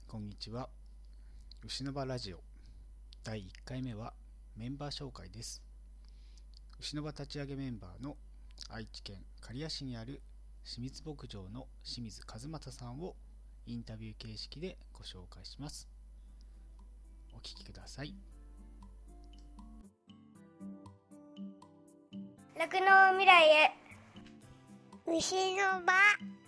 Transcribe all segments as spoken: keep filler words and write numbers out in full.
こんにちは。牛の場ラジオだいいっかいめはメンバー紹介です。牛の場立ち上げメンバーの愛知県刈谷市にある清水牧場の清水和正さんをインタビュー形式でご紹介します。お聞きください。 酪農未来へ、牛の場。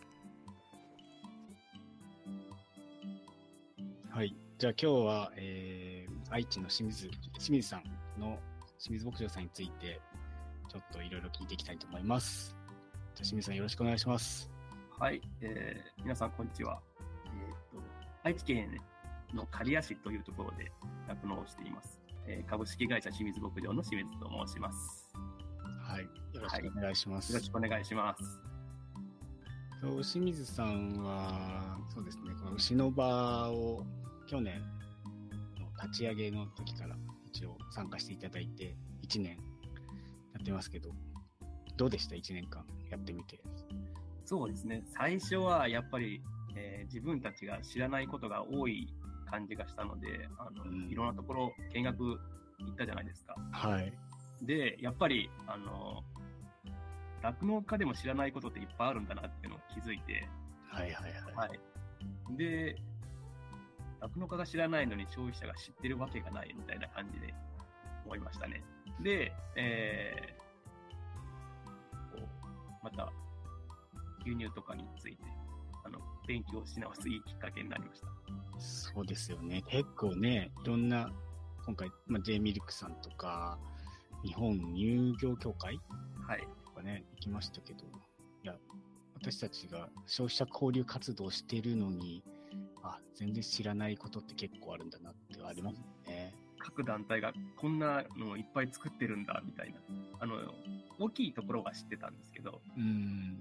はい、じゃあ今日は、えー、愛知の清水清水さんの清水牧場さんについてちょっといろいろ聞いていきたいと思います。じゃあ清水さん、よろしくお願いします。 はい、えー、皆さんこんにちは。えー、と愛知県の刈谷市というところで酪農をしています、えー、株式会社清水牧場の清水と申します。 はい、よろしくお願いします。 はい、よろしくお願いします。 清水さんはそうですね、この牛の場を去年の立ち上げの時から一応参加していただいていちねんやってますけど、どうでした？いちねんかんやってみて。 そうですね、最初はやっぱり、えー、自分たちが知らないことが多い感じがしたので、あの、うん、いろんなところ見学行ったじゃないですか。 はい。でやっぱりあの酪農家でも知らないことっていっぱいあるんだなっていうのを気づいて、 はいはいはい。 はい、で、酪農家が知らないのに消費者が知ってるわけがないみたいな感じで思いましたね。で、えー、こうまた牛乳とかについてあの勉強し直すいいきっかけになりました。 そうですよね。結構ね、いろんな今回、まあ、J ミルクさんとか日本乳業協会、 はいとかね、行きましたけど、いや、私たちが消費者交流活動してるのに、あ、全然知らないことって結構あるんだなってありますね。 各団体がこんなのをいっぱい作ってるんだみたいな、あの大きいところは知ってたんですけど、 うん、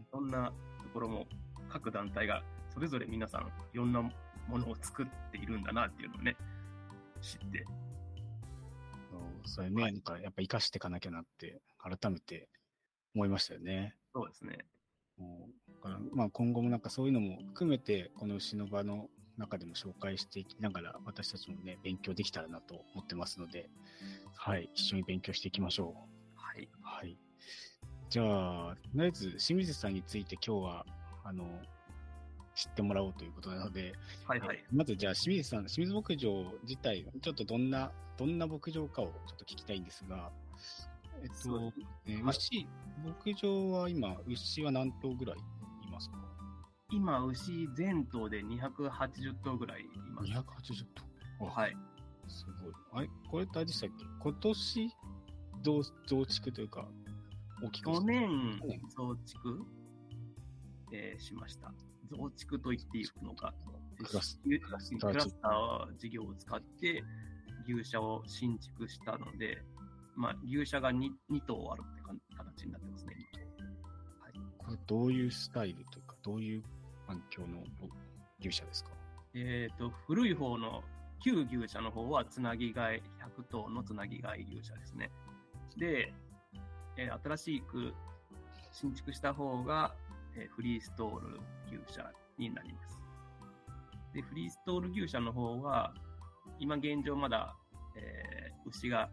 そんなところも各団体がそれぞれ皆さんいろんなものを作っているんだなっていうのをね、知って、 それね、なんかやっぱ生かしていかなきゃなって改めて思いましたよね。 そうですね。 もうだからまあ今後もなんかそういうのも含めてこの牛の場の中でも紹介していきながら私たちもね勉強できたらなと思ってますので、はい、一緒に勉強していきましょう。 はい。 はい。じゃあとりあえず清水さんについて今日はあの知ってもらおうということなので、 はいはい、 まずじゃあ清水さん、清水牧場自体ちょっとどんなどんな牧場かをちょっと聞きたいんですが、えっと、えーはい、牛牧場は今牛は何頭ぐらいいますか？ 今牛全頭でにひゃくはちじゅっ頭ぐらいいます。 にひゃくはちじゅっ頭。 はい。 すごい。あれこれってあれでしたっけ？今年増増築というか大きく去年増築、えー、しました。増築と言っていいのか、クラスター事業を使って牛舎を新築したので、まあ、牛舎が 2, 2頭あるって形になってますね。 はい、これどういうスタイルというか、どういう環境の牛舎ですか？ えーと、古い方の旧牛舎の方はつなぎ飼い、ひゃく頭のつなぎ飼い牛舎ですね。で、えー、新しく新築した方が、えー、フリーストール牛舎になります。で、フリーストール牛舎の方は、今現状まだ、えー、牛が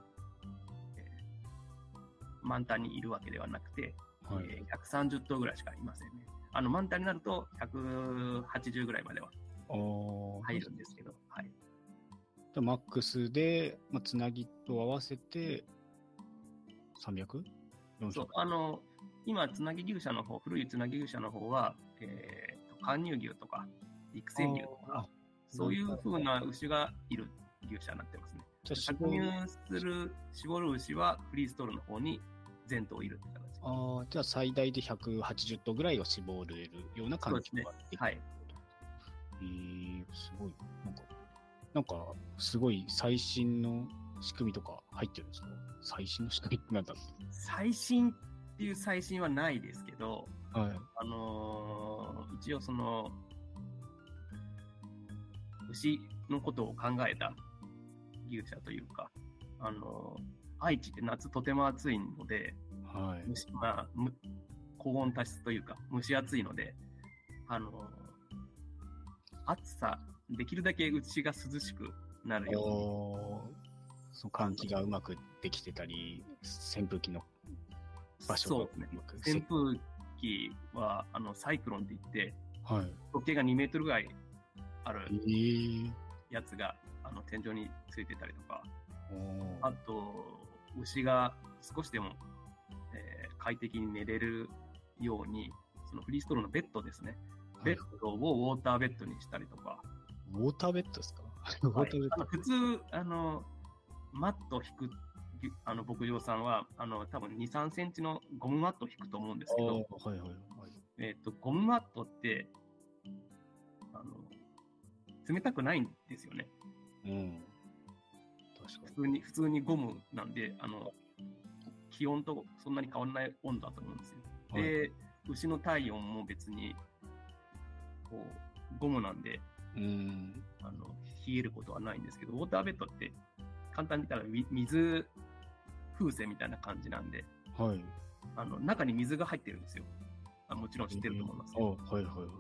満タンにいるわけではなくて、はい、えー、ひゃくさんじゅっ頭ぐらいしかいませんね。あの満タンになるとひゃくはちじゅうぐらいまでは入るんですけど、はい。 じゃマックスで、まあ、つなぎと合わせてさんびゃく？ よんひゃく？ そう、あの今つなぎ牛舎の方、古いつなぎ牛舎の方は、えー、貫入牛とか育成牛とかそういう風な牛がいる牛舎になってますね。搾乳する絞る牛はフリーストールの方に全頭いるって形。 ああ、じゃあ最大でひゃくはちじゅっ頭ぐらいを絞れるような環境ができる。 はい。 えー、すごい。なんか、なんかすごい最新の仕組みとか入ってるんですか？最新の仕組みってなんだろう？ 最新っていう最新はないですけど、 はい、 あのー、一応その牛のことを考えた牛舎というか、あの愛知って夏とても暑いので、 はい、 まあ、高温多湿というか蒸し暑いので、あの暑さできるだけ牛が涼しくなるように。 おその換気がうまくできてたり、扇風機の場所がうまく。 扇風機はあのサイクロンって言って、 はい、 直径がにメートルぐらいあるえー、 やつがあの天井についてたりとか、 おあと牛が少しでも、えー快適に寝れるように、そのフリーストローのベッドですね。ベッドをウォーターベッドにしたりとか。 ウォーターベッドですか？ はい、あの普通あの、マットを引くあの牧場さんはあの多分に、さんセンチのゴムマットを引くと思うんですけど、 はいはいはい、 えーと、ゴムマットってあの冷たくないんですよね。 うん、確かに普通に普通にゴムなんで、あの気温とそんなに変わらない温度だと思うんですよ。 はい、 で、牛の体温も別にこうゴムなんで、 うん、 あの冷えることはないんですけど、ウォーターベッドって簡単に言ったら水風船みたいな感じなんで、 はい、 あの中に水が入ってるんですよ。あもちろん知ってると思いますけど、 あはいはいはい。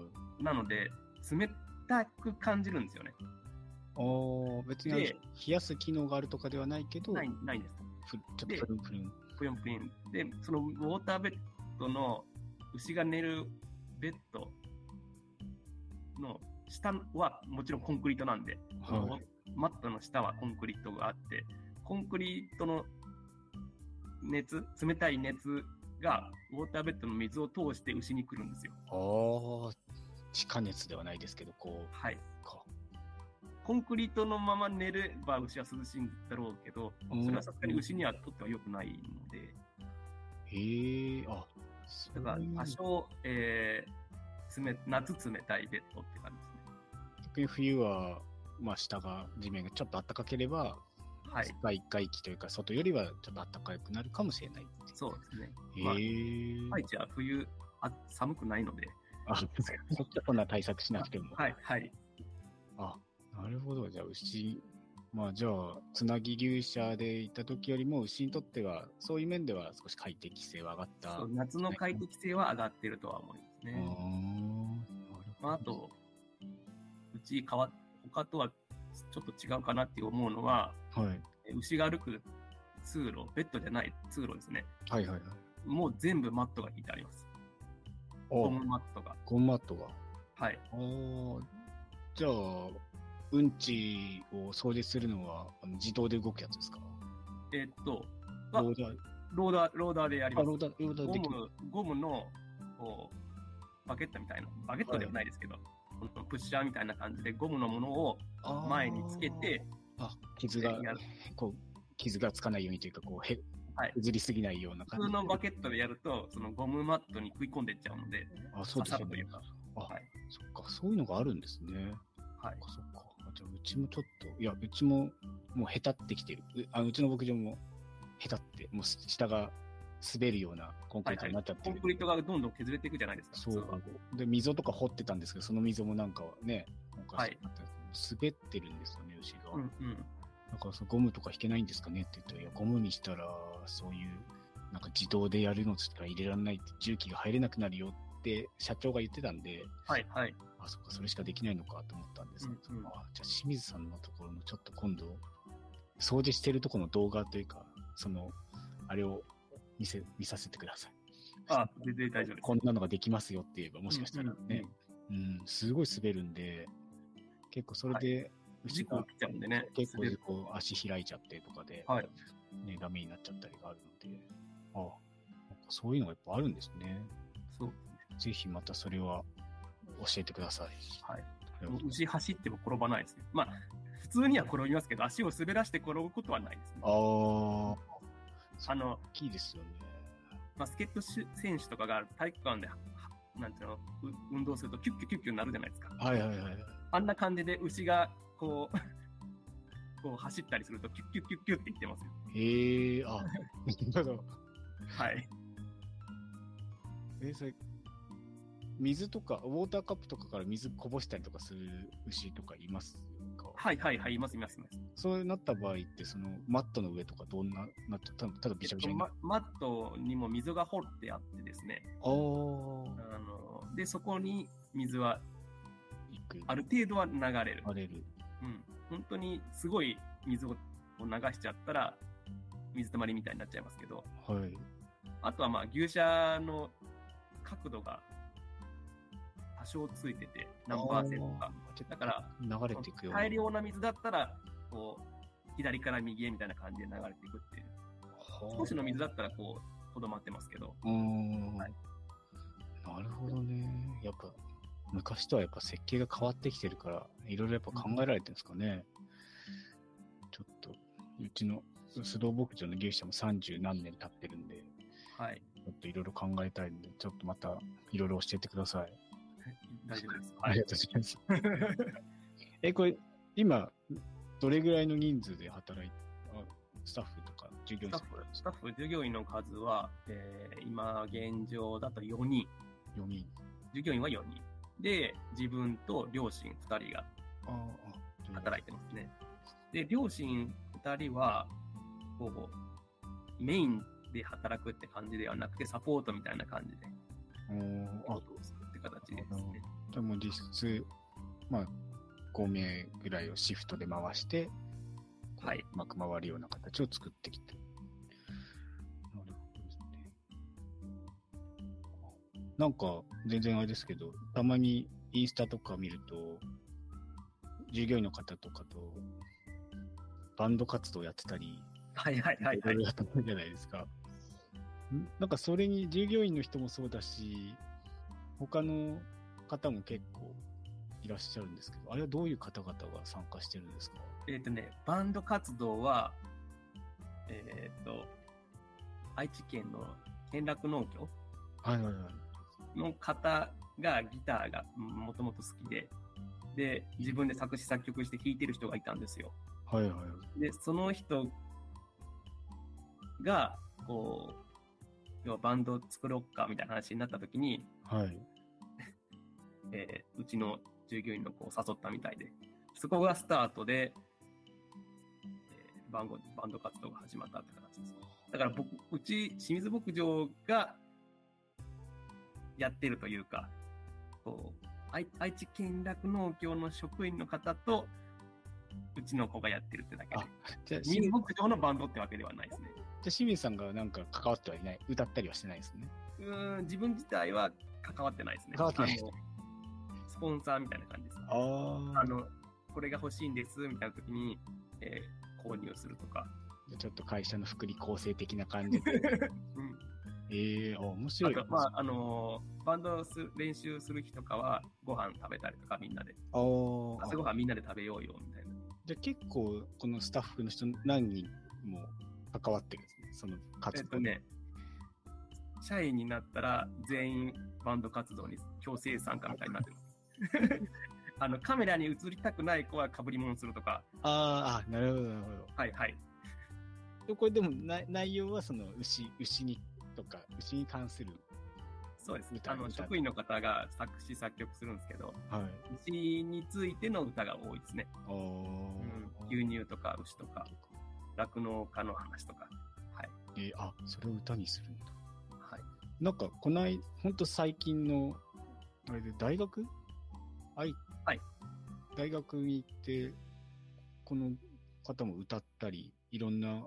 なので冷たく感じるんですよね。 ああ、別に冷やす機能があるとかではないけど、 ないないんです。 ふちょっとプルンプルン。 プヨンプヨンで、そのウォーターベッドの牛が寝るベッドの下はもちろんコンクリートなんで、はい、マットの下はコンクリートがあって、コンクリートの熱、冷たい熱がウォーターベッドの水を通して牛に来るんですよ。 ああ、地下熱ではないですけど、こう。 はい。コンクリートのまま寝れば牛は涼しいんだろうけど、それはさすがに牛にはとっては良くないので。 へえ、あ、 だから多少、えー、冷夏冷たいベッドって感じですね。 逆に冬は、まあ、下が地面がちょっと暖かければ、 はい、 世界一回気というか外よりはちょっと暖かくなるかもしれない。 そうですね。 へえ、 まあ、愛知は冬あ寒くないので。 あ、そっちはこんな対策しなくても。 はいはい。 あ、なるほど。じゃあ牛、まあじゃあつなぎ牛舎で行った時よりも牛にとってはそういう面では少し快適性は上がった。 そう夏の快適性は上がっているとは思いますね。あ, まあ、あとうち変わ他とはちょっと違うかなって思うのは、 はい、 牛が歩く通路、ベッドじゃない通路ですね。 はいはいはい。 もう全部マットが引いてあります。ゴムマットが。 ゴムマットが。 はい。 あじゃあ、うんちを掃除するのはあの自動で動くやつですか？ えー、っと、 ローダー、 ローダー、ローダーでやります。 ローダー、ローダーできる。 ゴム、ゴムのこうバケットみたいな、バケットではないですけど、はい、プッシャーみたいな感じでゴムのものを前につけて、 あ傷がこう傷がつかないようにというかこうへ崩りすぎないような感じ。 普通のバケットでやるとそのゴムマットに食い込んでいっちゃうので、 あ、そうですね。というか、あ、はい、そっか、そういうのがあるんですね。 はい。 そっか。じゃあうちもちょっといやうちももうへたってきてる。うあうちの牧場もへたってもう下が滑るようなコンクリートになっちゃってる、 はいはい、コンクリートがどんどん削れていくじゃないですか。 そうで溝とか掘ってたんですけどその溝もなんかねなんか、はい、滑ってるんですよね牛が、 うんうん、 だからそのゴムとか引けないんですかねって言ったらいやゴムにしたらそういうなんか自動でやるのしか入れられないって重機が入れなくなるよって社長が言ってたんで、 はいはい、 あそっかそれしかできないのかと思ったんですけど、うんうん、あじゃあ清水さんのところのちょっと今度掃除してるところの動画というかそのあれを見せ見させてください。 あ全然大丈夫です。 こんなのができますよって言えばもしかしたらね、うん、うんうん、すごい滑るんで結構それで、はい、 事故起きちゃうんでね、 結構こう足開いちゃってとかで、 はいね、ダメになっちゃったりがあるので、ああそういうのがやっぱあるんですね。 そうぜひまたそれは教えてください。 はい。牛走っても転ばないですね。まあ普通には転びますけど足を滑らして転ぶことはないですね。 ああ。 あの大きいですよね。 バスケット選手とかが体育館でなんていうの運動するとキュッキュッキュッキュになるじゃないですか。 はいはいはい。 あんな感じで牛がこうこう走ったりするとキュッキュッキュッキュッって言ってますよ。 へえー、あ、なるほど。 はい。 えそれ水とかウォーターカップとかから水こぼしたりとかする牛とかいますか？ はいはいはい、いますいますいます。 そうなった場合ってそのマットの上とかどんななってたただビシャビシャに、 えっと、マ, マットにも溝が掘ってあってですね。 ああのでそこに水はくある程度は流れる。 荒れる。 うん。本当にすごい水を流しちゃったら、水たまりみたいになっちゃいますけど、 はい。 あとはまあ牛舎の角度が多少ついてて、何パーセントか。だから流れていくような。 大量な水だったら、こう、左から右へみたいな感じで流れていくっていう。少しの水だったら、こう、とどまってますけど。 うーん、 はい、 なるほどね。やっぱ、昔とはやっぱ設計が変わってきてるから、いろいろやっぱ考えられてるんですかね。うん、ちょっと、うちの須藤牧場の牛舎も三十何年経ってるんで、 はい。 ちょっといろいろ考えたいんで、ちょっとまたいろいろ教えてください。 大丈夫です。 ありがとうございます。え、これ、今、どれぐらいの人数で働いて、スタッフとか従業員スタッフ、スタッフ従業員の数は、えー、今現状だとよにん。 よにん。 従業員はよにん。で、自分と両親ふたりが働いてますね。で、両親ふたりは、ほぼメインで働くって感じではなくて、サポートみたいな感じで、 おー、あ、 をするって形ですね。 でも実質、まあ、ごめいぐらいをシフトで回して、 はい。 うまく回るような形を作ってきて。なるほどですね。なんか、全然あれですけど、たまにインスタとか見ると、従業員の方とかと、バンド活動やってたり、 はいはいはいはい。 いろいろやってたじゃないですか。なんかそれに従業員の人もそうだし、他の方も結構いらっしゃるんですけど、あれはどういう方々が参加してるんですか？ えっとね、バンド活動は、えっと、愛知県の健楽農協はいはいはい。 の方がギターがもともと好きで、で、自分で作詞作曲して弾いてる人がいたんですよ。 はいはいはい。 で、その人が、こう、要はバンド作ろっかみたいな話になった時に、 はい。 えーうちの従業員の子を誘ったみたいで、そこがスタートで、えーバンド、バンド活動が始まったって形です。だから僕、うち、清水牧場がやってるというか、こう、愛愛知県楽農協の職員の方と、うちの子がやってるってだけで。 あ、じゃあ、 清水牧場のバンドってわけではないですね。 じゃあ清水さんがなんか関わってはいない、歌ったりはしてないですね。 うーん、自分自体は関わってないですね。 関わってないあのスポンサーみたいな感じです。 ああの、これが欲しいんですみたいな時に、えー購入するとか。 あ、ちょっと会社の福利厚生的な感じで。 うんええー、あ、面白い。 あと、まあ、あのーバンドす練習する日とかは、ご飯食べたりとか、みんなで。 あー朝ごはんみんなで食べようよ、みたいな。 じゃあ結構、このスタッフの人何人も関わってるんですね、その活動。 えっとね、社員になったら、全員バンド活動に強制参加みたいになってます。あの、カメラに映りたくない子は被り物するとか。 あーあ、なるほど、なるほど。 はいはい。 でこれでもな内容はその牛、牛にとか、牛に関する。 そうです。 歌あの、 歌職員の方が作詞作曲するんですけど、 はい。 牛についての歌が多いですね。 あーうん、牛乳とか牛とか、酪農家の話とか。はい。 えーあ、それを歌にするんだ。 はい。 なんか、この間、ほんと最近の、あれで、大学あい、 はい。 大学に行って、この方も歌ったり、いろんな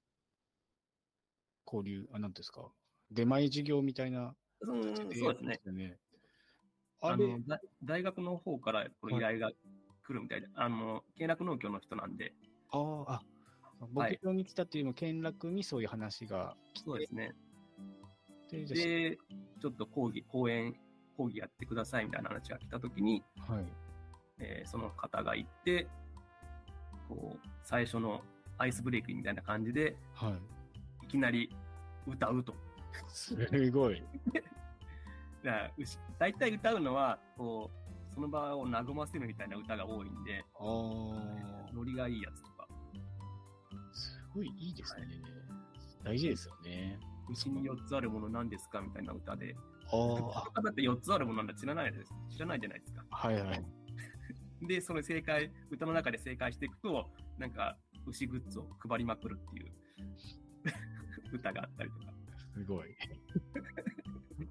交流、あ、なんていうんですか、出前授業みたいなうん、 形でやってそうですね。 ましたよね。ああれ、 の、だ大学の方からこの依頼が来るみたいで、あの、経絡農協の人なんで、 あーあ、牧場に来たっていうのも、見学にそういう話が来て、 そうですね。 で、じゃで、ちょっと講義、講演、講義やってくださいみたいな話が来たときに、 あはい。 えーその方が行って、こう、最初のアイスブレイクみたいな感じで、 はい。 いきなり歌うと。 すごい。 だからうし大体歌うのは、こう、その場を和ませるみたいな歌が多いんで、 ああ、 ノリがいいやつとか、 すごいいいですね。大事ですよね。 牛によっつあるもの何ですかみたいな歌で、 あその方ってよっつあるものなんて知らないです。知らないじゃないですか。 あ、はいはい。 で、その正解、歌の中で正解していくと、なんか、牛グッズを配りまくるっていう歌があったりとか。 すごい。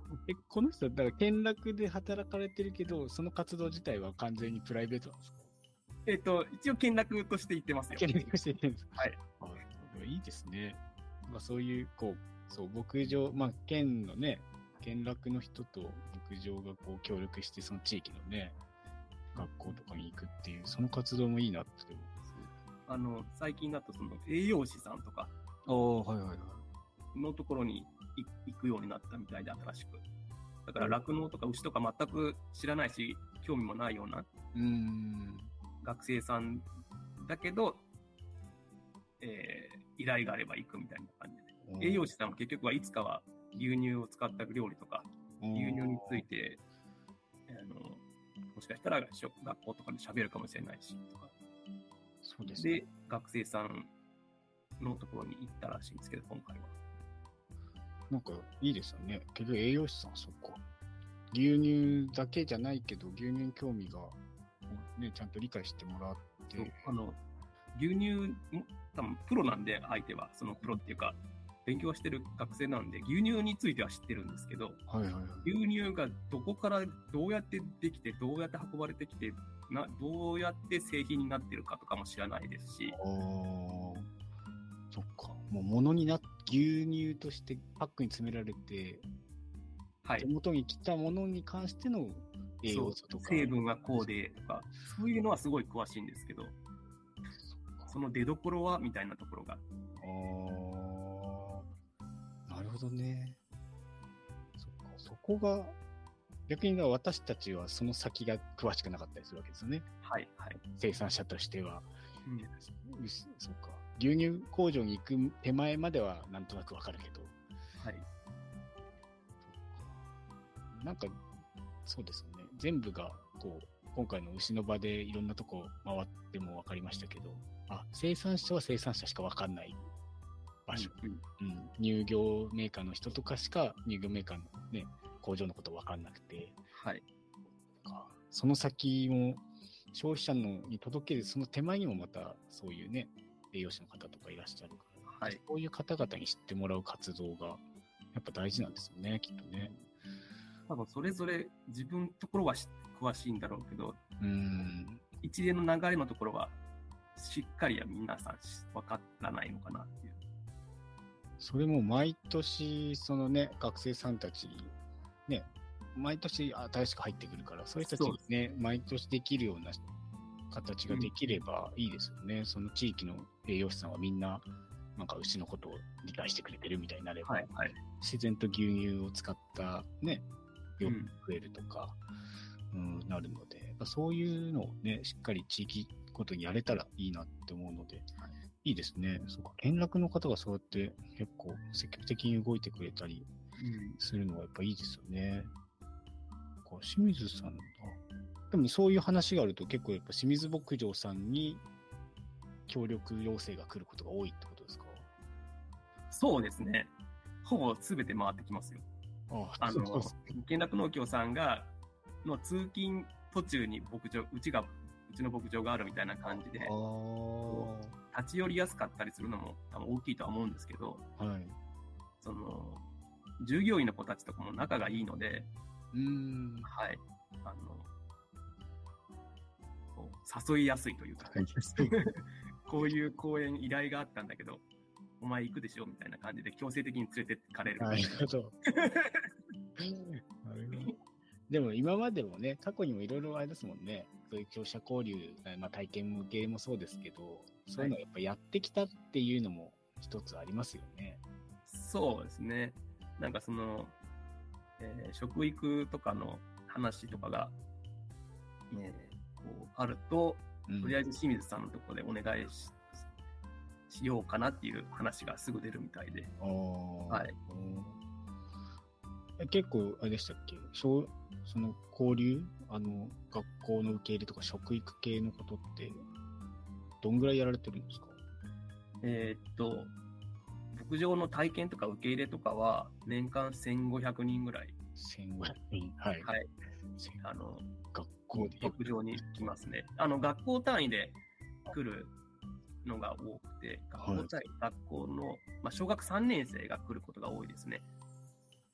え、この人、だから見学で働かれてるけど、その活動自体は完全にプライベートなんですか？ えっと、一応見学として行ってますよ。 見学してるんですか？ はい。 あ、いいですね。まあ、そういう、こう、そう、牧場、まあ、県のね、見学の人と牧場がこう協力して、その地域のね、学校とかに行くっていう、その活動もいいなって思います。 あの、最近だとその栄養士さんとかああ、はいはいはい。 のところに行くようになったみたいで、新しく。だから酪農とか牛とか全く知らないし、興味もないようなうーん学生さんだけど、えー、依頼があれば行くみたいな感じで。栄養士さんも結局はいつかは牛乳を使った料理とか、牛乳について、あの、もしかしたら学校とかで喋るかもしれないし、とか。 そうですね。 で、学生さんのところに行ったらしいんですけど、今回は。 なんかいいですよね。結局栄養士さん、そっか。牛乳だけじゃないけど、牛乳に興味が、ね、ちゃんと理解してもらって。 あの、牛乳、多分プロなんで、相手は、そのプロっていうか、勉強してる学生なんで、牛乳については知ってるんですけど、 はいはいはい、 牛乳がどこからどうやってできて、どうやって運ばれてきて、などうやって製品になってるかとかも知らないですし。 ああ、そっか。もう物にな、牛乳としてパックに詰められて、はい、手元に来たものに関しての栄養素とか。 成分はこうでとか、そういうのはすごい詳しいんですけど、そ, その出所はみたいなところが。 ああ、なるほどね。そっか、そこが、逆に私たちはその先が詳しくなかったりするわけですよね。 はいはい。 生産者としては。 うん、 そうか。牛乳工場に行く手前まではなんとなくわかるけど。 はい。 なんか、そうですよね。全部が、こう、今回の牛の場でいろんなとこ回ってもわかりましたけど、あ、生産者は生産者しかわかんない場所。うんうん、乳業メーカーの人とかしか乳業メーカーのね、工場のことわかんなくて。 はい。 その先も消費者のに届けるその手前にもまたそういうね、栄養士の方とかいらっしゃるから、はい、そういう方々に知ってもらう活動がやっぱ大事なんですよね、きっとね。 多分それぞれ自分のところは詳しいんだろうけど、 うーん、 一連の流れのところはしっかりは皆さん分からないのかなっていう。 それも毎年そのね、学生さんたちにね、毎年新しく入ってくるから、そういう人たちにね、毎年できるような形ができればいいですよね。うん、その地域の栄養士さんはみんな、なんか牛のことを理解してくれてるみたいになれば、はいはい、自然と牛乳を使ったね、量が増えるとか、うん、うん、なるので、やっぱそういうのをね、しっかり地域ごとにやれたらいいなって思うので、はい、いいですね。そうか、見学の方がそうやって結構積極的に動いてくれたりするのはやっぱいいですよね。清水さんだ。でもそういう話があると結構やっぱ清水牧場さんに協力要請が来ることが多いってことですか？ そうですね。ほぼ全て回ってきますよ。ああ、あの、見学農協さんがの通勤途中に牧場、うちが、うちの牧場があるみたいな感じで、立ち寄りやすかったりするのも多分大きいとは思うんですけど、はい、その従業員の子たちとかも仲がいいので、 うーん、 はい。あの、こう誘いやすいというか、こういう講演依頼があったんだけど、お前行くでしょみたいな感じで強制的に連れてかれる。 なるほど。でも今までもね、過去にもいろいろあれですもんね。そういう消費者交流、まあ、体験向けもそうですけど、そういうのをやっぱやってきたっていうのも一つありますよね。 はい、そうですね。なんかその、えー、食育とかの話とかが、えー、こうあると、うん、とりあえず清水さんのところでお願い し, しようかなっていう話がすぐ出るみたいで。はい、 結構あれでしたっけ、その交流、あの学校の受け入れとか食育系のことってどんぐらいやられてるんですか？ えー、っと牧場の体験とか受け入れとかは年間せんごひゃくにんぐらい。 せんごひゃくにん、はい。 はい。あの、 学校で。 牧場に来ますね。あの、学校単位で来るのが多くて、学校単位、はい、学校の、まあ、小学さんねん生が来ることが多いですね。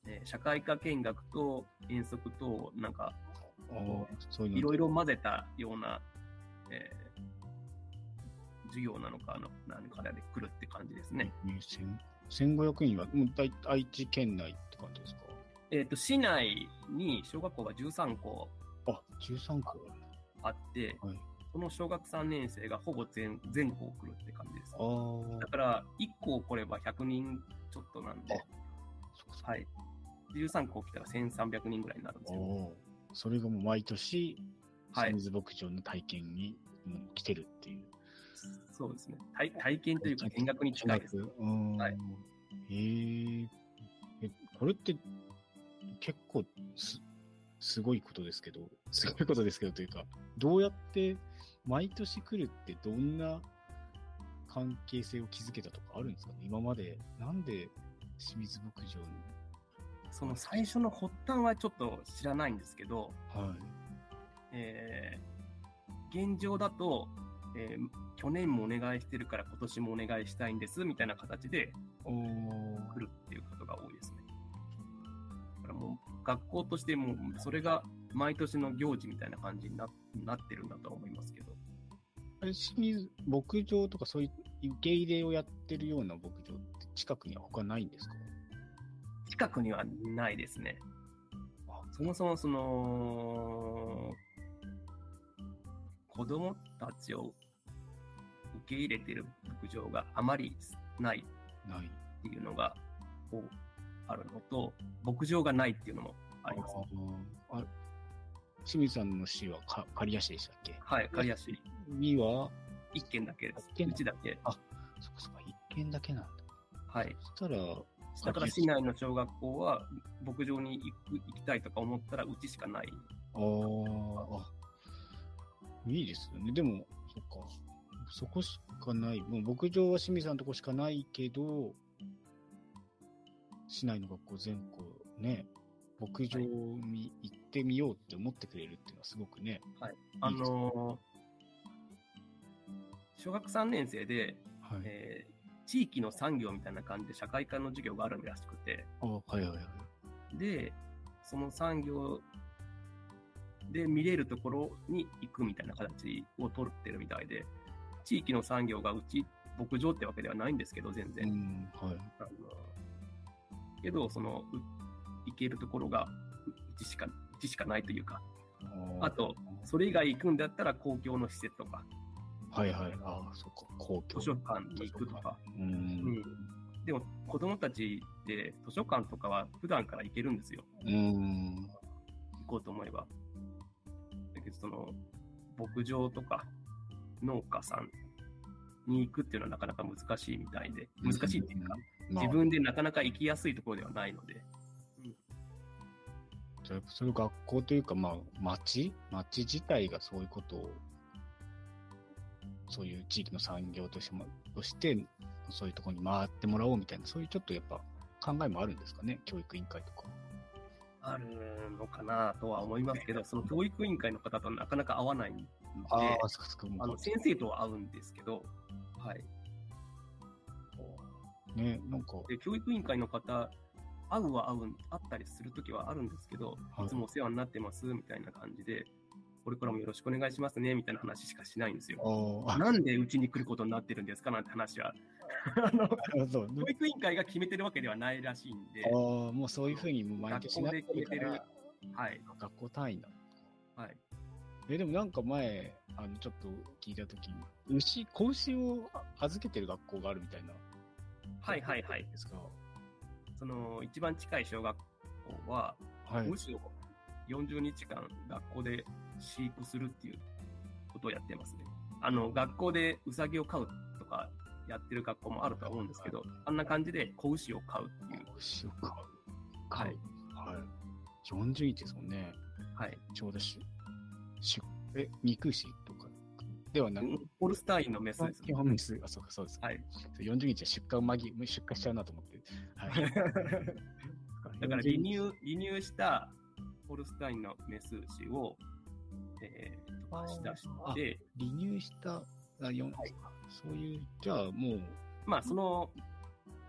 えー社会科見学と遠足と、なんか、 ああ、そういうの。 いろいろ混ぜたような、えー授業なのか、あの何かで来るって感じですね。 ねせんごひゃくにんは、もう大愛知県内って感じですか？ えっと、市内に小学校がじゅうさんこあ、じゅうさんこ。 あって、 はい。 その小学さんねん生がほぼ全全校来るって感じです。 ああ、 だから、いっこ来ればひゃくにんちょっとなんで、 そっかそっか。 はい。じゅうさんこ来たらせんさんびゃくにんぐらいになるんですよ。 おーそれがもう毎年、 はい清水牧場の体験にもう来てるっていう。 そうですね。体体験というか見学に近いです。 見学うーん。 はいへーえ、これって結構すすごいことですけど、すごいことですけどというか、どうやって毎年来るってどんな関係性を築けたとかあるんですかね？今までなんで清水牧場に。 その最初の発端はちょっと知らないんですけど、 はい。 えー現状だと、えー去年もお願いしてるから今年もお願いしたいんですみたいな形でおー来るっていうことが多いですね。だからもう学校としてもそれが毎年の行事みたいな感じにななってるんだとは思いますけど。 あれ、清水牧場とかそういう受け入れをやってるような牧場って近くには他ないんですか？ 近くにはないですね。そもそもその子供たちを受け入れている牧場があまりないない。 っていうのがこうあるのと、牧場がないっていうのもあります。 ああ清水さんの市はか刈谷市でしたっけ？ はい、刈谷市には、 一軒だけです。 一軒うちだけ。 あ、そっかそっか、一軒だけなんだ。 はい。 そしたら、 だから市内の小学校は牧場に行く行きたいとか思ったらうちしかない。 あーあ、いいですよね。でも、そっか、そこしかない。もう牧場は清水さんのとこしかないけど、市内の学校全校ね、牧場に行ってみようって思ってくれるっていうのはすごくね。 はい。あのー小学さんねん生で、 はい。 えー地域の産業みたいな感じで社会科の授業があるらしくて、 あはいはいはい。 で、その産業で見れるところに行くみたいな形を取ってるみたいで、地域の産業がうち牧場ってわけではないんですけど、全然。 うん、はい。 あのけど、その、う行けるところがううちしか、うちしかないというか、 ああと、それ以外行くんだったら公共の施設とか、 はいはい。ああ、そっか、公共。 図書館に行くとか。 う。 うんん。でも、子供たちで図書館とかは普段から行けるんですよ。 うん。 行こうと思えば。だけど、その、牧場とか農家さんに行くっていうのはなかなか難しいみたいで、難しいっていうか、 まあ自分でなかなか行きやすいところではないので、 じゃあそれ学校というか、まあ、町町自体がそういうことを、そういう地域の産業としても、として、そういうところに回ってもらおうみたいな、そういうちょっとやっぱ考えもあるんですかね、教育委員会とか。 あるのかなとは思いますけど、その教育委員会の方となかなか会わないので、 ああ、そっかそっか。もうあの先生とは会うんですけど、はい。 ね、なんか、 で、教育委員会の方、会うは会う、会ったりするときはあるんですけど、 はいいつもお世話になってますみたいな感じで、これからもよろしくお願いしますねみたいな話しかしないんですよ。 ああ、 なんでうちに来ることになってるんですかなんて話は、あのそう教育委員会が決めてるわけではないらしいんで、 ああ、もうそういうふうに毎学校で年なって決めてるるから、、 はい、 学校単位なの。 はい。 え、でもなんか前、あの、ちょっと聞いたときに、牛、子牛を預けてる学校があるみたいな。 はいはいはい。 ですか。 その、一番近い小学校は、 はい。 むしろよんじゅうにちかん学校で飼育するっていうことをやってますね。あの、学校でウサギを飼うとかやってる学校もあるとは思うんですけど、あんな感じで子牛を飼うっていう。 子牛を飼う。 はい。 はい。よんじゅうにちですもんね。 はい。 ちょうどし、し、え、肉牛とかではなく、 ホルスタインのメスですね。 基本メス、あ、そうか、そうです。 はい。 よんじゅうにちは出荷間ぎ、出荷しちゃうなと思って。はい。 だから離乳、離乳したホルスタインのメス牛を、えー、貸し出して、 離乳した、あ、よんそういう、じゃあもう、 まあ、その、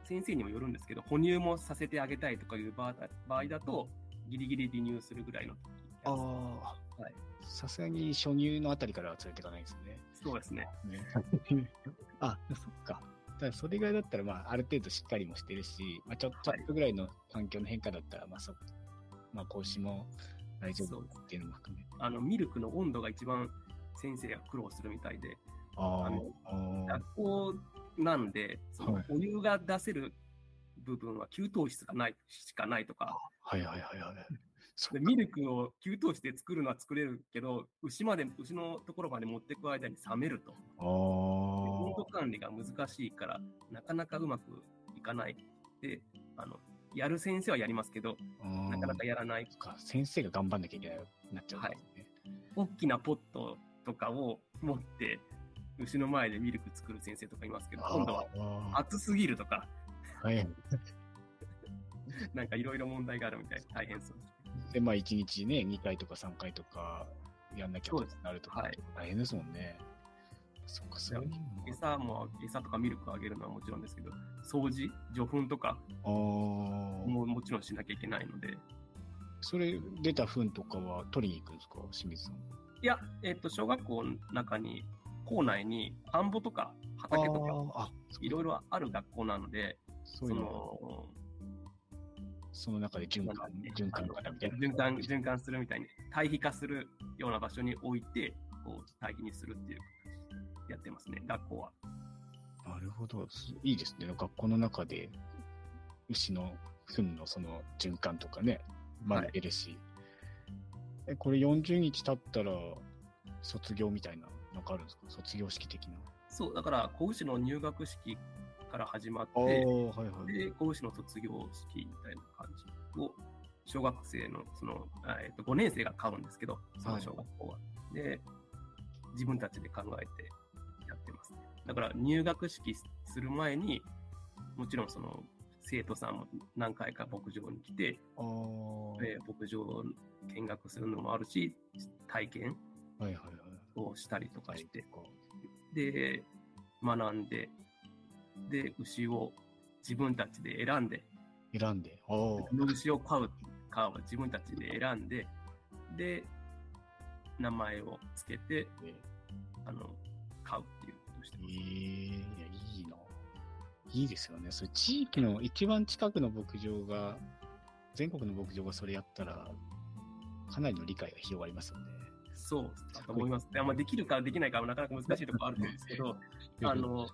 先生にもよるんですけど、哺乳もさせてあげたいとかいう場合場合だと、ギリギリ離乳するぐらいの時ああ、 はい。 さすがに初乳のあたりからは連れていかないですね。 そうですね。 ねあ、そっか。ただそれぐらいだったら、まあ、ある程度しっかりもしてるし、まあ、ちょちょっとぐらいの環境の変化だったら、まあ、そまあ、子牛も大丈夫っていうのも含めて。 あのミルクの温度が一番先生が苦労するみたいで、 ああのあ学校なんで、そのはいお湯が出せる部分は給湯室がないしかないとか、 はいはいはいはい。そでミルクを給湯室で作るのは作れるけど、牛まで牛のところまで持っていく間に冷めると。 あで温度あ。 管理が難しいから、なかなかうまくいかない。で、あのやる先生はやりますけど、なかなかやらない。 か先生が頑張んなきゃいけないなっちゃうんですね。 大きなポットとかを持って、牛の前でミルク作る先生とかいますけど、今度はあ熱すぎるとか、 あはい。 なんかいろいろ問題があるみたいで大変そうです。 で、まあ、いちにちね、にかいとかさんかいとかやんなきゃとなるとか、 はい大変ですもんね。そっか、そういうのも餌も、餌とかミルクをあげるのはもちろんですけど、掃除、除粉とかああ。 ももちろんしなきゃいけないので、 それ、出た糞とかは取りに行くんですか、清水さん。 いや、えっと、小学校の中に、校内に田んぼとか畑とか、 ああ、 いろいろある学校なので、そそういうのの、 その中で循環、循環からみたいな。 循環、循環するみたいに、堆肥化するような場所に置いて、こう、堆肥にするっていう形でやってますね、学校は。 なるほど。すいいですね。学校の中で牛の糞のその循環とかね、学べるし。え、これよんじゅうにち経ったら卒業みたいな、なんかあるんですか、卒業式的な。 そう、だから、子牛の入学式から始まっああ、 て、 はいはい。 で、子牛の卒業式みたいな感じを、小学生の、その、あえっと、ごねん生が買うんですけど、その小学校は。で、自分たちで考えてやってますね。だから、入学式する前に、もちろんその、生徒さんも何回か牧場に来て、 ああ、 えー牧場を見学するのもあるし、体験はいはいはい。 をしたりとかして、 そっかで、学んで、で、牛を自分たちで選んで、 選んで、ああ、 この牛を飼うかは自分たちで選んで、で、名前をつけて、 えあの、飼うっていうことをしてえます。 いや、いいな。いいですよね。それ地域の一番近くの牧場が、全国の牧場がそれやったら、かなりの理解が広がりますよね。 そうだと思います。いやまあ、できるかできないかはなかなか難しいところあると思うんですけど、あの、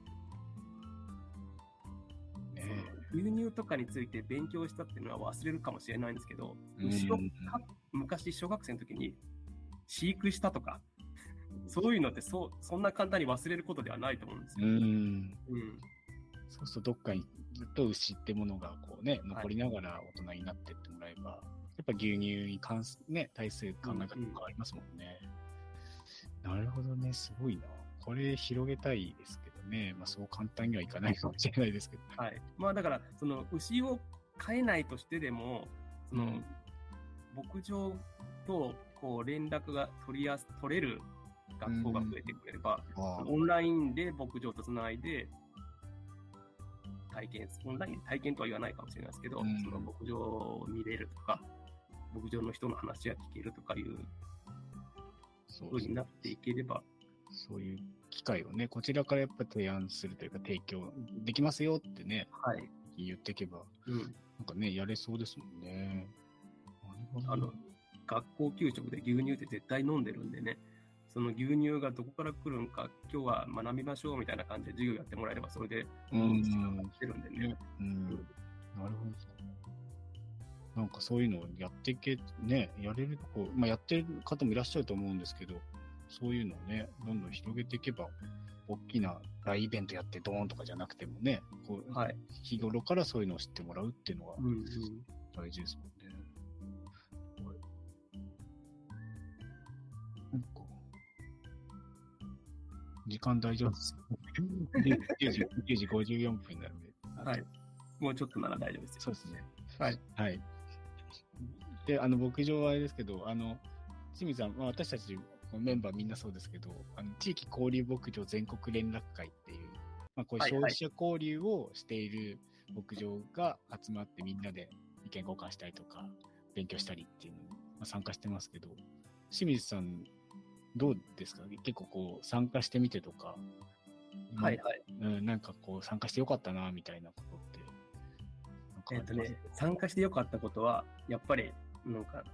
ね牛乳とかについて勉強したっていうのは忘れるかもしれないんですけど、 うん牛をか昔小学生の時に飼育したとか、そういうのってそうそんな簡単に忘れることではないと思うんですうよ。 ん。 うん、 そうするとどっかにずっと牛ってものがこうね、残りながら大人になってってもらえば、やっぱ牛乳に関すね、対する考え方も変わりますもんね。なるほどね、すごいな。これ広げたいですけどね、まあそう簡単にはいかないかもしれないですけどね。 はい。まあだから、その牛を飼えないとしてでも、その、 うん牧場とこう連絡が取りやす取れる学校が増えてくれれば、 ああオンラインで牧場とつないで体験、オンラインで体験とは言わないかもしれないですけど、 うんその牧場を見れるとか、牧場の人の話が聞けるとかいうそう風になっていければ、 そういう機会をね、こちらからやっぱ提案するというか、提供できますよってね、 はい。 言っていけば、 うん。 なんかね、やれそうですもんね。なるほどあの、学校給食で牛乳って絶対飲んでるんでね、その牛乳がどこから来るんか、今日は学びましょうみたいな感じで授業やってもらえれば、それで、 うんしてるんでね。 うん、なるほど。なんかそういうのをやっていけ、ね、やれるとこ、まあ、やってる方もいらっしゃると思うんですけど、そういうのをね、どんどん広げていけば、大きな大イベントやってドーンとかじゃなくてもね、こうはい。 日頃からそういうのを知ってもらうっていうのがうんうん。 大事ですもんね。はいなんか時間大丈夫ですよ。きゅうじ、きゅうじごじゅうよんぷんなので。 はい。もうちょっとなら大丈夫ですよ。 そうですね。 はい。 はい。で、あの、牧場はあれですけど、あの、清水さん、まあ、私たちメンバーみんなそうですけど、あの地域交流牧場全国連絡会っていう、ままあ、こういう消費者交流をしている牧場が集まってみんなで意見交換したりとか勉強したりっていうのに参加してますけど、清水さんどうですか？結構こう参加してみてとか、 はいはい。 うん、なんかこう参加してよかったなみたいなことってなんかえっとね、参加してよかったことは、やっぱり、なんか、こ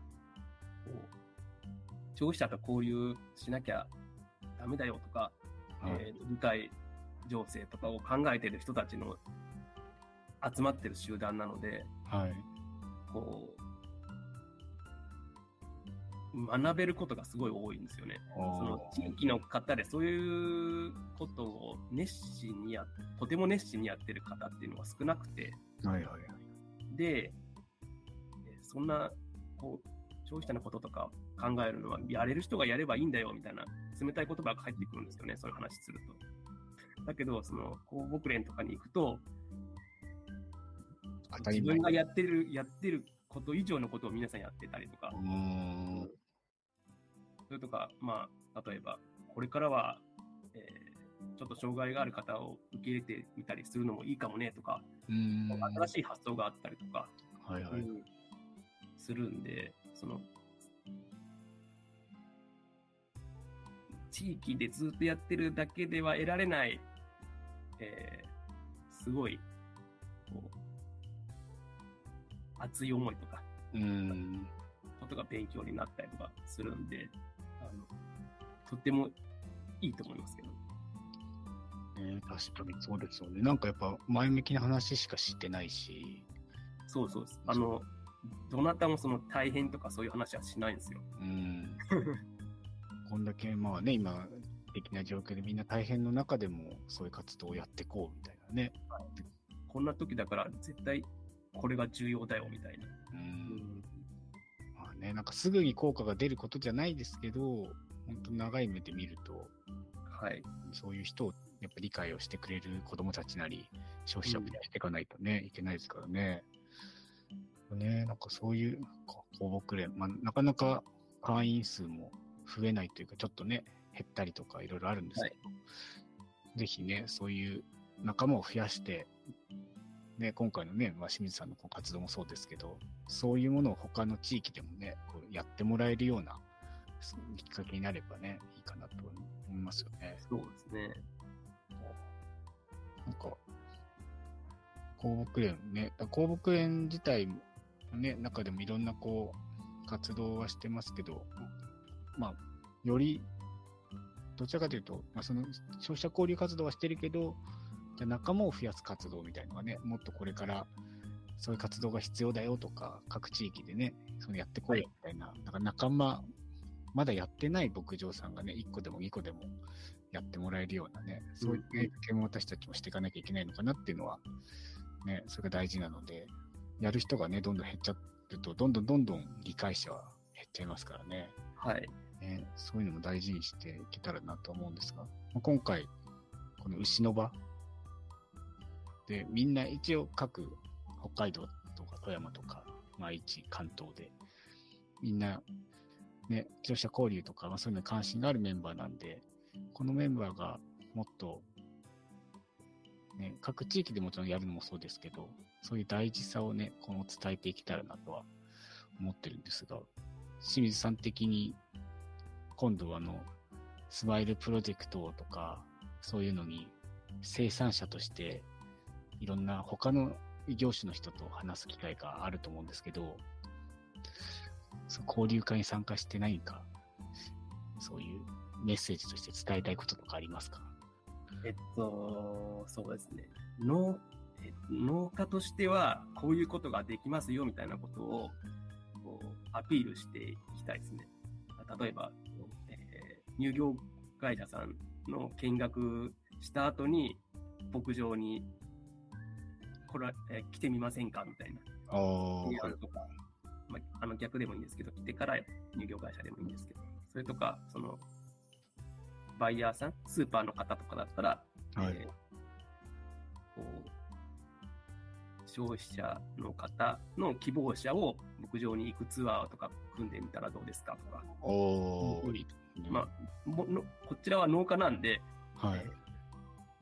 う、消費者と交流しなきゃダメだよとか、 はい、 えー、理解情勢とかを考えている人たちの集まってる集団なので、 はい、 こう、学べることがすごい多いんですよね。その地域の方でそういうことを熱心にや、とても熱心にやってる方っていうのは少なくて、 はいはいはい、 で、そんなこう消費者のこととか考えるのはやれる人がやればいいんだよみたいな冷たい言葉が返ってくるんですよね、そういう話すると。だけど、その公牧連とかに行くと、自分がやってるやってること以上のことを皆さんやってたりとか、 うーん、 それとか、まあ、例えば、これからは、えー、ちょっと障害がある方を受け入れてみたりするのもいいかもねとか、 うーん、 新しい発想があったりとか、 はいはい、 うん、するんで、その、地域でずっとやってるだけでは得られない、えー、すごい、こう、熱い思いとか、 うーん、 ことが勉強になったりとかするんで、あのとってもいいと思いますけど。 ね、確かにそうですよね。なんかやっぱ前向きな話しかしてないし。 そうそうです。あの、どなたもその大変とかそういう話はしないんですよ。 うん。こんだけまあね、今的な状況でみんな大変の中でもそういう活動をやっていこうみたいなね。 はい、こんな時だから絶対これが重要だよみたいな。 うん。まあね、なんかすぐに効果が出ることじゃないですけど、本当長い目で見ると、 はい、 そういう人をやっぱ理解をしてくれる子どもたちなり消費者を増やしていかないとね、うん、いけないですからね。ね、なんかそういう公牧連、まあ、なかなか会員数も増えないというか、ちょっとね、減ったりとかいろいろあるんですけど、はい、ぜひね、そういう仲間を増やして、ね、今回のね、まあ、清水さんの活動もそうですけど、そういうものを他の地域でもね、こうやってもらえるようなきっかけになればね、いいかなと思いますよね。 そうですね。 なんか、公牧連ね、公牧連自体もね、中でもいろんなこう、活動はしてますけど、まあ、より、どちらかというと、まあ、その消費者交流活動はしてるけど、じゃ仲間を増やす活動みたいなのがね、もっとこれからそういう活動が必要だよとか、各地域でね、そのやってこいよみたいな、はい、なんか仲間、まだやってない牧場さんがね、いっこでもにこでもやってもらえるようなね、そういう経験を私たちもしていかなきゃいけないのかなっていうのは、ね、それが大事なので、やる人がね、どんどん減っちゃうと、どんどんどんどん理解者は減っちゃいますからね。 はい。 ね、そういうのも大事にしていけたらなと思うんですが、まあ、今回、この牛の場で、みんな一応各北海道とか富山とか、まあ一関東で、みんな、ね、消費者交流とか、まあ、そういうのに関心があるメンバーなんで、このメンバーがもっと、ね、各地域でもちろんやるのもそうですけど、そういう大事さをね、この伝えていけたらなとは思ってるんですが、清水さん的に、今度はあの、スマイルプロジェクトとか、そういうのに生産者として、いろんな他の業種の人と話す機会があると思うんですけど、その交流会に参加して何か、そういうメッセージとして伝えたいこととかありますか？ えっと、そうですね。農、農家としては、こういうことができますよみたいなことをこうアピールしていきたいですね。例えば、えー、乳業会社さんの見学した後に、牧場にこれ、えー、来てみませんかみたいな。 ああ。 とか、まあ、あの逆でもいいんですけど、来てから乳業会社でもいいんですけど、それとか、その、バイヤーさん、スーパーの方とかだったら、はい、えー、こう消費者の方の希望者を牧場に行くツアーとか組んでみたらどうですかとか。 おー、いい、 まあ、ものこちらは農家なんで、 はい、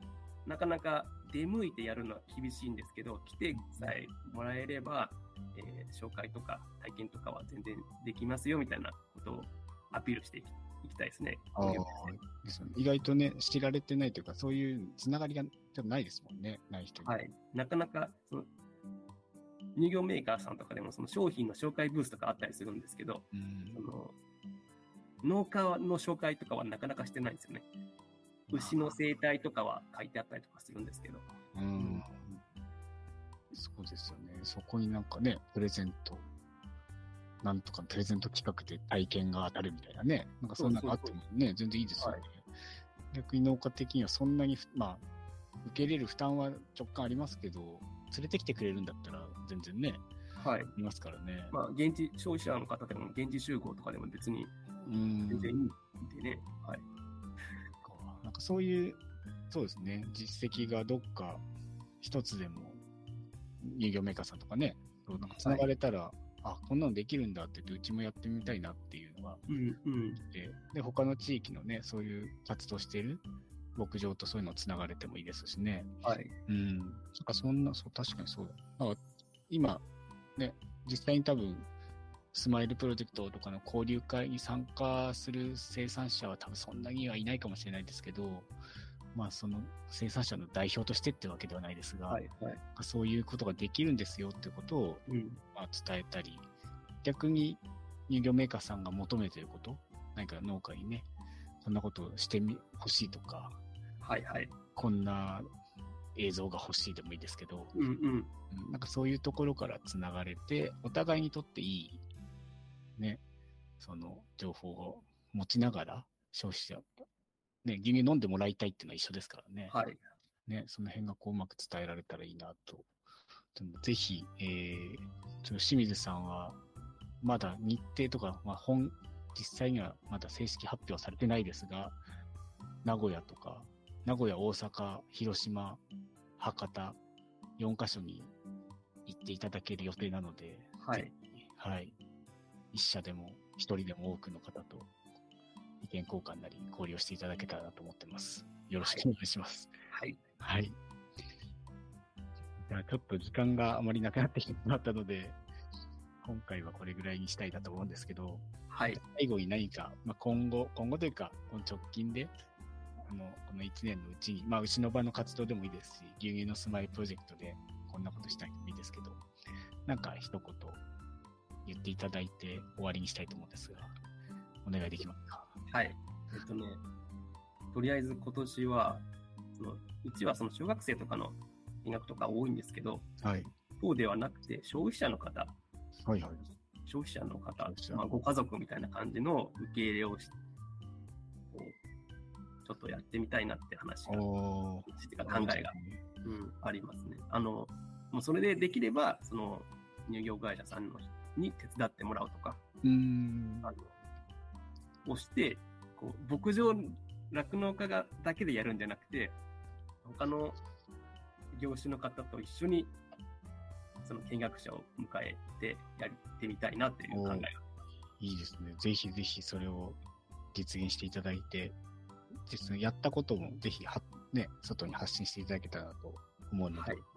なかなか出向いてやるのは厳しいんですけど、来てさえもらえれば、えー、紹介とか体験とかは全然できますよみたいなことをアピールしていきいきたいですね。 あですね、意外とね、知られてないというか、そういうつながりがちょっとないですもんね、ない人に。 はい。なかなかその乳業メーカーさんとかでもその商品の紹介ブースとかあったりするんですけど、 うん、 その農家の紹介とかはなかなかしてないんですよね。牛の生態とかは書いてあったりとかするんですけど。 うん、うん、そうですよね。そこになんかね、プレゼント、なんとかプレゼント企画で体験が当たるみたいなね、なんかそんなのあってもね、全然いいですよね。はい、逆に農家的にはそんなに、まあ、受け入れる負担は直感ありますけど、連れてきてくれるんだったら全然ね、 はい、 いますからね。 まあ、現地消費者の方でも現地集合とかでも別に全然いいんでね。はい。 なんかそういう、そうですね、実績がどっか一つでも乳業メーカーさんとかね、なんかつながれたら、はい、あ、こんなのできるんだって言って、うちもやってみたいなっていうのが、 うんうん、 で, で、他の地域のね、そういう活動している牧場とそういうのつながれてもいいですしね。 はい。 うん。なんかそんな、そう、確かにそうだ。だから今、ね、実際に多分、スマイルプロジェクトとかの交流会に参加する生産者は多分そんなにはいないかもしれないですけど、まあその生産者の代表としてってわけではないですが、 はいはい、 そういうことができるんですよってことを、 うんまあ、伝えたり、逆に乳業メーカーさんが求めていること、何か農家にね、こんなことをしてみほしいとか、 はいはい、 こんな映像が欲しいでもいいですけど、 うんうん、 なんかそういうところからつながれて、お互いにとっていいね、その情報を持ちながら消費者、ね、牛乳飲んでもらいたいっていうのは一緒ですからね。 はい。 ね、その辺がこううまく伝えられたらいいなと。でもぜひ、えー、ちょっと清水さんは、まだ日程とか、まあ、本、実際にはまだ正式発表されてないですが、名古屋とか、名古屋、大阪、広島、博多、よんカ所に行っていただける予定なので、 はい。 はい。一社でも一人でも多くの方と意見交換なり交流をしていただけたらなと思ってます。よろしくお願いします。 はい。 はい。じゃあちょっと時間があまりなくなってきてしまったので、今回はこれぐらいにしたいなと思うんですけど、 はい。 最後に何か、まあ、今後、今後というか、この直近で、あの、このいちねんのうちに、まあ、牛の場の活動でもいいですし、牛乳のスマイルプロジェクトでこんなことしたいでもいいですけど、なんか一言言っていただいて終わりにしたいと思うんですが、お願いできますか。 はい。えっとね、とりあえず今年は、そのうちはその小学生とかの見学とか多いんですけど、 はい。 そうではなくて消費者の方、 はいはい。 消費者の方、 者まあ、ご家族みたいな感じの受け入れをしこうちょっとやってみたいなって話が、してか考えが、うん、ありますね。あの、もうそれでできれば、その乳業会社さんのに手伝ってもらうとか、 うーんあのをして、こう牧場酪農家がだけでやるんじゃなくて、他の業種の方と一緒にその見学者を迎えてやってみたいなという考えが。 いいですね。ぜひぜひそれを実現していただいて、実際やったこともぜひは、ね、外に発信していただけたらなと思うので、はい、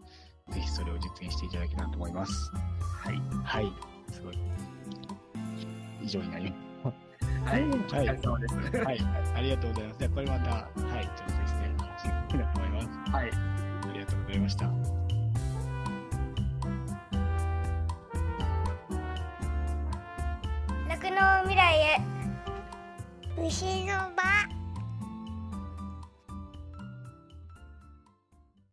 ぜひそれを実現していただけたらと思います。 はい。 はい。すごい。以上になります。 はい。お疲れ様です。 はい。ありがとうございます。じゃあこれまた、はい、調整していきたいなと思います。 はい。 ありがとうございました。 酪農未来へ牛の場。